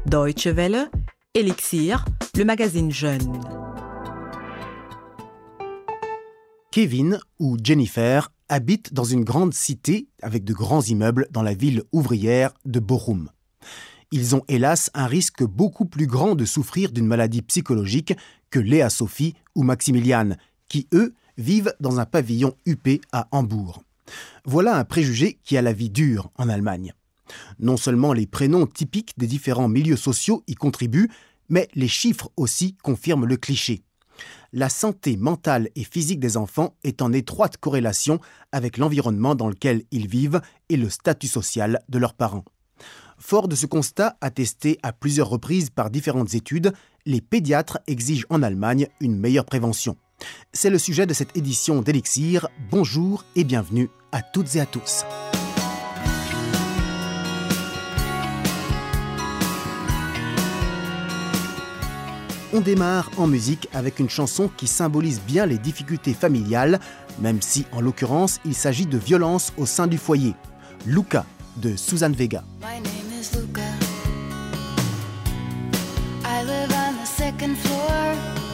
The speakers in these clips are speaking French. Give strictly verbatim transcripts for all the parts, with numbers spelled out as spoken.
Deutsche Welle, Elixir, le magazine Jeune. Kevin ou Jennifer habitent dans une grande cité avec de grands immeubles dans la ville ouvrière de Bochum. Ils ont hélas un risque beaucoup plus grand de souffrir d'une maladie psychologique que Léa Sophie ou Maximilian, qui eux vivent dans un pavillon huppé à Hambourg. Voilà un préjugé qui a la vie dure en Allemagne. Non seulement les prénoms typiques des différents milieux sociaux y contribuent, mais les chiffres aussi confirment le cliché. La santé mentale et physique des enfants est en étroite corrélation avec l'environnement dans lequel ils vivent et le statut social de leurs parents. Fort de ce constat attesté à plusieurs reprises par différentes études, les pédiatres exigent en Allemagne une meilleure prévention. C'est le sujet de cette édition d'Elixir. Bonjour et bienvenue à toutes et à tous. On démarre en musique avec une chanson qui symbolise bien les difficultés familiales, même si, en l'occurrence, il s'agit de violence au sein du foyer. Luca, de Suzanne Vega. My name is Luca. I live on the second floor.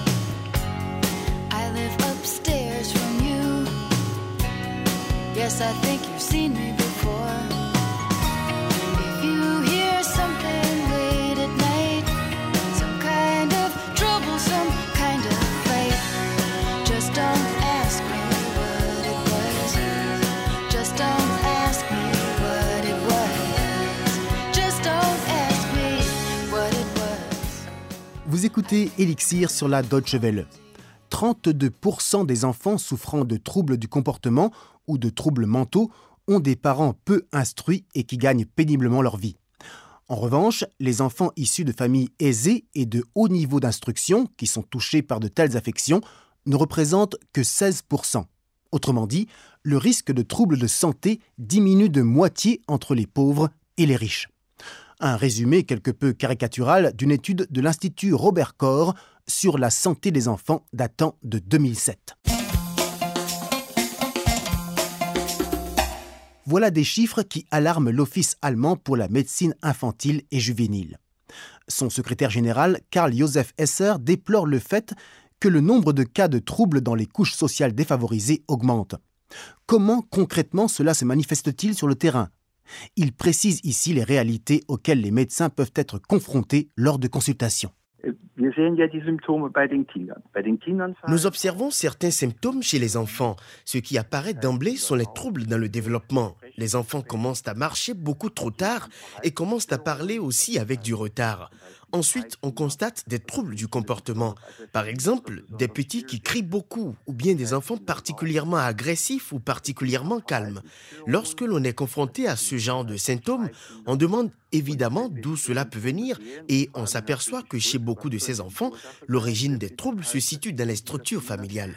I live upstairs from you. Yes, I think you've seen me before. If you hear something late at night, some kind of trouble, some kind of fight, just don't ask me what it was. Just don't ask me what it was. Just don't ask me what it was. Vous écoutez Elixir sur la Deutsche Welle. trente-deux pour cent des enfants souffrant de troubles du comportement ou de troubles mentaux ont des parents peu instruits et qui gagnent péniblement leur vie. En revanche, les enfants issus de familles aisées et de haut niveau d'instruction, qui sont touchés par de telles affections, ne représentent que seize pour cent. Autrement dit, le risque de troubles de santé diminue de moitié entre les pauvres et les riches. Un résumé quelque peu caricatural d'une étude de l'Institut Robert Koch sur la santé des enfants datant de deux mille sept. Voilà des chiffres qui alarment l'Office allemand pour la médecine infantile et juvénile. Son secrétaire général, Karl Josef Esser, déplore le fait que le nombre de cas de troubles dans les couches sociales défavorisées augmente. Comment concrètement cela se manifeste-t-il sur le terrain ? Il précise ici les réalités auxquelles les médecins peuvent être confrontés lors de consultations. Nous observons certains symptômes chez les enfants. Ce qui apparaît d'emblée sont les troubles dans le développement. Les enfants commencent à marcher beaucoup trop tard et commencent à parler aussi avec du retard. Ensuite, on constate des troubles du comportement. Par exemple, des petits qui crient beaucoup ou bien des enfants particulièrement agressifs ou particulièrement calmes. Lorsque l'on est confronté à ce genre de symptômes, on demande évidemment d'où cela peut venir et on s'aperçoit que chez beaucoup de ces enfants, l'origine des troubles se situe dans les structures familiales.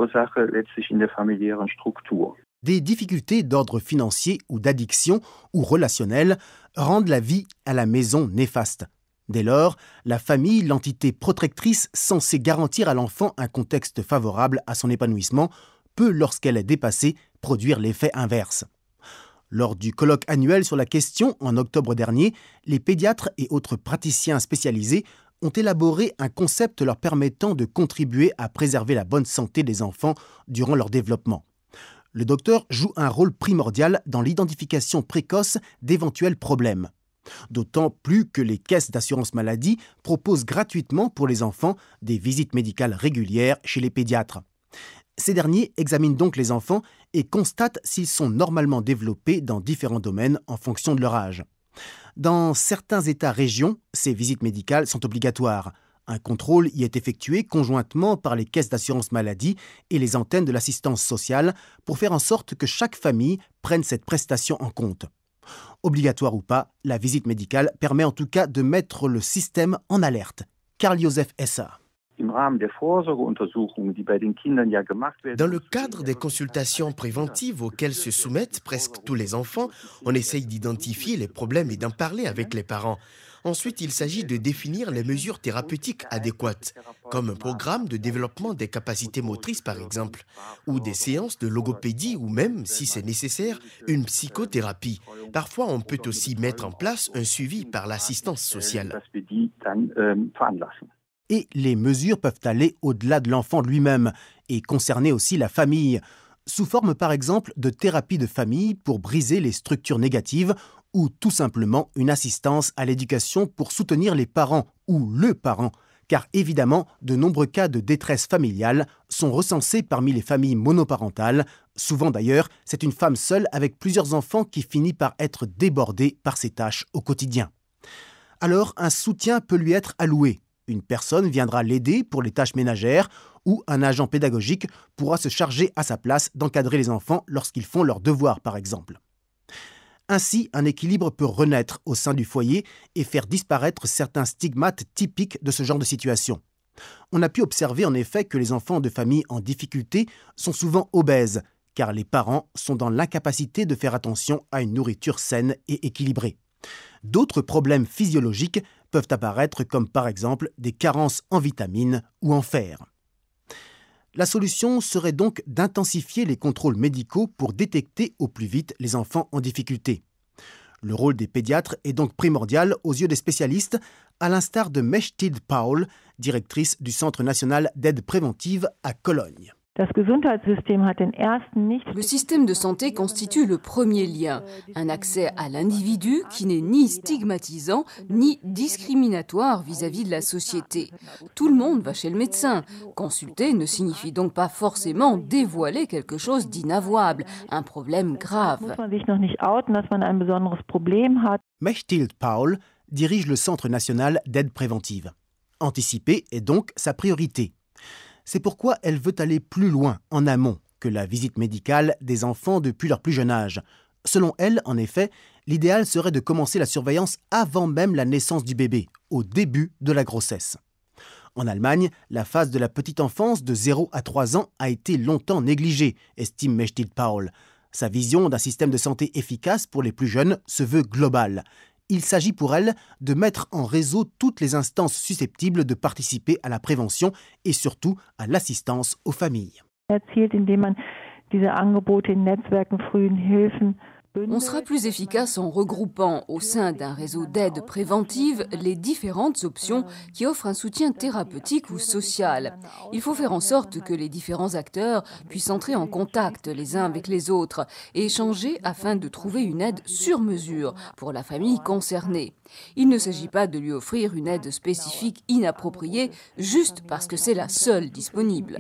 Des difficultés d'ordre financier ou d'addiction ou relationnel rendent la vie à la maison néfaste. Dès lors, la famille, l'entité protectrice censée garantir à l'enfant un contexte favorable à son épanouissement, peut, lorsqu'elle est dépassée, produire l'effet inverse. Lors du colloque annuel sur la question, en octobre dernier, les pédiatres et autres praticiens spécialisés ont élaboré un concept leur permettant de contribuer à préserver la bonne santé des enfants durant leur développement. Le docteur joue un rôle primordial dans l'identification précoce d'éventuels problèmes. D'autant plus que les caisses d'assurance maladie proposent gratuitement pour les enfants des visites médicales régulières chez les pédiatres. Ces derniers examinent donc les enfants et constatent s'ils sont normalement développés dans différents domaines en fonction de leur âge. Dans certains États-régions, ces visites médicales sont obligatoires. Un contrôle y est effectué conjointement par les caisses d'assurance maladie et les antennes de l'assistance sociale pour faire en sorte que chaque famille prenne cette prestation en compte. Obligatoire ou pas, la visite médicale permet en tout cas de mettre le système en alerte. Karl Josef Esser. Dans le cadre des consultations préventives auxquelles se soumettent presque tous les enfants, on essaye d'identifier les problèmes et d'en parler avec les parents. Ensuite, il s'agit de définir les mesures thérapeutiques adéquates, comme un programme de développement des capacités motrices par exemple, ou des séances de logopédie ou même, si c'est nécessaire, une psychothérapie. Parfois, on peut aussi mettre en place un suivi par l'assistance sociale. Et les mesures peuvent aller au-delà de l'enfant lui-même et concerner aussi la famille, sous forme par exemple de thérapie de famille pour briser les structures négatives ou tout simplement une assistance à l'éducation pour soutenir les parents ou le parent, car évidemment, de nombreux cas de détresse familiale sont recensés parmi les familles monoparentales. Souvent d'ailleurs, c'est une femme seule avec plusieurs enfants qui finit par être débordée par ses tâches au quotidien. Alors, un soutien peut lui être alloué. Une personne viendra l'aider pour les tâches ménagères ou un agent pédagogique pourra se charger à sa place d'encadrer les enfants lorsqu'ils font leurs devoirs, par exemple. Ainsi, un équilibre peut renaître au sein du foyer et faire disparaître certains stigmates typiques de ce genre de situation. On a pu observer en effet que les enfants de familles en difficulté sont souvent obèses, car les parents sont dans l'incapacité de faire attention à une nourriture saine et équilibrée. D'autres problèmes physiologiques peuvent apparaître comme par exemple des carences en vitamines ou en fer. La solution serait donc d'intensifier les contrôles médicaux pour détecter au plus vite les enfants en difficulté. Le rôle des pédiatres est donc primordial aux yeux des spécialistes, à l'instar de Mechthild Paul, directrice du Centre national d'aide préventive à Cologne. Le système de santé constitue le premier lien, un accès à l'individu qui n'est ni stigmatisant ni discriminatoire vis-à-vis de la société. Tout le monde va chez le médecin. Consulter ne signifie donc pas forcément dévoiler quelque chose d'inavouable, un problème grave. Mechthild Paul dirige le Centre national d'aide préventive. Anticiper est donc sa priorité. C'est pourquoi elle veut aller plus loin, en amont, que la visite médicale des enfants depuis leur plus jeune âge. Selon elle, en effet, l'idéal serait de commencer la surveillance avant même la naissance du bébé, au début de la grossesse. En Allemagne, la phase de la petite enfance de zéro à trois ans a été longtemps négligée, estime Mechthild Paul. Sa vision d'un système de santé efficace pour les plus jeunes se veut globale. Il s'agit pour elle de mettre en réseau toutes les instances susceptibles de participer à la prévention et surtout à l'assistance aux familles. On sera plus efficace en regroupant au sein d'un réseau d'aide préventive les différentes options qui offrent un soutien thérapeutique ou social. Il faut faire en sorte que les différents acteurs puissent entrer en contact les uns avec les autres et échanger afin de trouver une aide sur mesure pour la famille concernée. Il ne s'agit pas de lui offrir une aide spécifique inappropriée juste parce que c'est la seule disponible.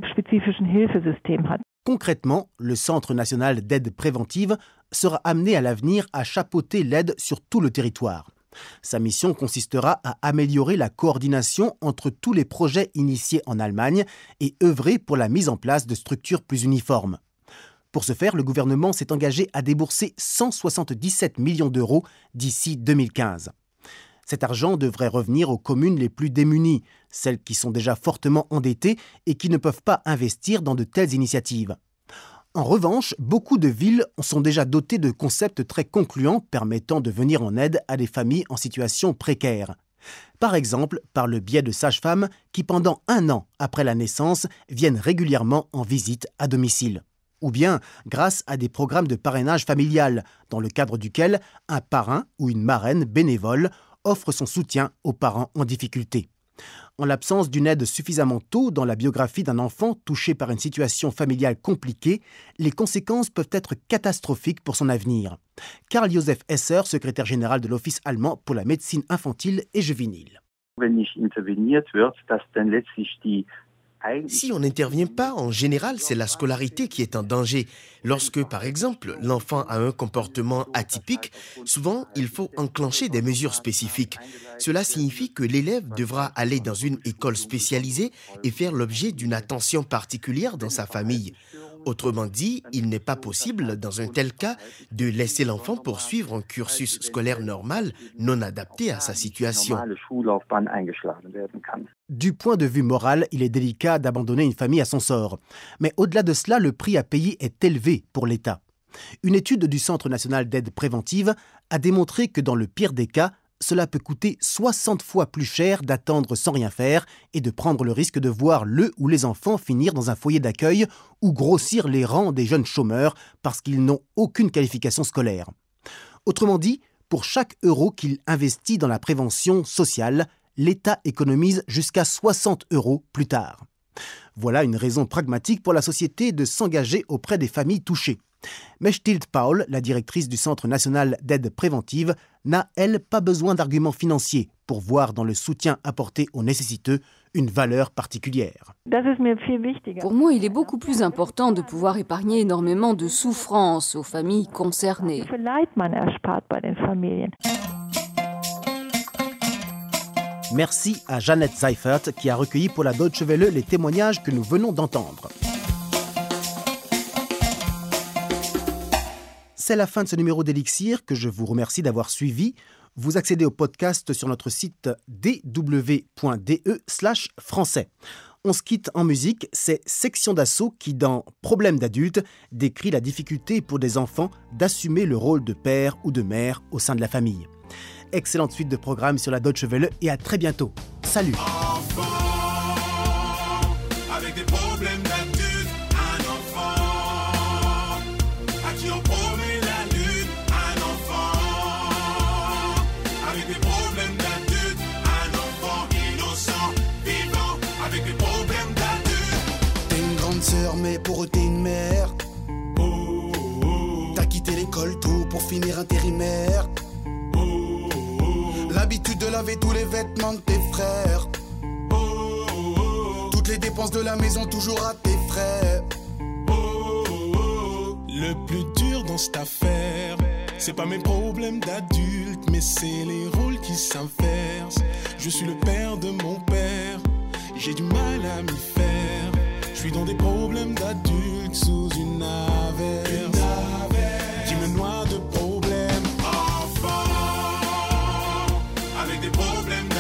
Concrètement, le Centre national d'aide préventive sera amené à l'avenir à chapeauter l'aide sur tout le territoire. Sa mission consistera à améliorer la coordination entre tous les projets initiés en Allemagne et œuvrer pour la mise en place de structures plus uniformes. Pour ce faire, le gouvernement s'est engagé à débourser cent soixante-dix-sept millions d'euros d'ici deux mille quinze. Cet argent devrait revenir aux communes les plus démunies, celles qui sont déjà fortement endettées et qui ne peuvent pas investir dans de telles initiatives. En revanche, beaucoup de villes sont déjà dotées de concepts très concluants permettant de venir en aide à des familles en situation précaire. Par exemple, par le biais de sages-femmes qui, pendant un an après la naissance, viennent régulièrement en visite à domicile. Ou bien grâce à des programmes de parrainage familial, dans le cadre duquel un parrain ou une marraine bénévole offre son soutien aux parents en difficulté. En l'absence d'une aide suffisamment tôt dans la biographie d'un enfant touché par une situation familiale compliquée, les conséquences peuvent être catastrophiques pour son avenir. Karl Josef Esser, secrétaire général de l'Office allemand pour la médecine infantile et juvénile. Si on n'intervient pas, en général, c'est la scolarité qui est en danger. Lorsque, par exemple, l'enfant a un comportement atypique, souvent, il faut enclencher des mesures spécifiques. Cela signifie que l'élève devra aller dans une école spécialisée et faire l'objet d'une attention particulière dans sa famille. Autrement dit, il n'est pas possible, dans un tel cas, de laisser l'enfant poursuivre un cursus scolaire normal, non adapté à sa situation. Du point de vue moral, il est délicat d'abandonner une famille à son sort. Mais au-delà de cela, le prix à payer est élevé pour l'État. Une étude du Centre national d'aide préventive a démontré que dans le pire des cas, cela peut coûter soixante fois plus cher d'attendre sans rien faire et de prendre le risque de voir le ou les enfants finir dans un foyer d'accueil ou grossir les rangs des jeunes chômeurs parce qu'ils n'ont aucune qualification scolaire. Autrement dit, pour chaque euro qu'il investit dans la prévention sociale, l'État économise jusqu'à soixante euros plus tard. Voilà une raison pragmatique pour la société de s'engager auprès des familles touchées. Mechthild Paul, la directrice du Centre national d'aide préventive, n'a, elle, pas besoin d'arguments financiers pour voir dans le soutien apporté aux nécessiteux une valeur particulière. Pour moi, il est beaucoup plus important de pouvoir épargner énormément de souffrance aux familles concernées. Merci à Jeannette Seifert qui a recueilli pour la Deutsche Welle les témoignages que nous venons d'entendre. C'est la fin de ce numéro d'Elixir que je vous remercie d'avoir suivi. Vous accédez au podcast sur notre site d w point d e slash français. On se quitte en musique, c'est Section d'Assaut qui, dans Problèmes d'adultes, décrit la difficulté pour des enfants d'assumer le rôle de père ou de mère au sein de la famille. Excellente suite de programmes sur la Deutsche Welle et à très bientôt. Salut. Enfant, avec des problèmes d'adultes, un enfant à qui on promet la lune, un enfant avec des problèmes d'adultes, un enfant innocent, vivant avec des problèmes d'adultes. T'es une grande sœur mais pour eux t'es une mère. Oh, oh, oh. T'as quitté l'école tout pour finir intérimaire. L'habitude de laver tous les vêtements de tes frères. Oh, oh, oh. Toutes les dépenses de la maison toujours à tes frais. Oh, oh, oh. Le plus dur dans cette affaire, c'est pas mes problèmes d'adulte, mais c'est les rôles qui s'inversent. Je suis le père de mon père, j'ai du mal à m'y faire. Je suis dans des problèmes d'adulte sous une averse, une averse qui me noie de problèmes. Enfant avec des problèmes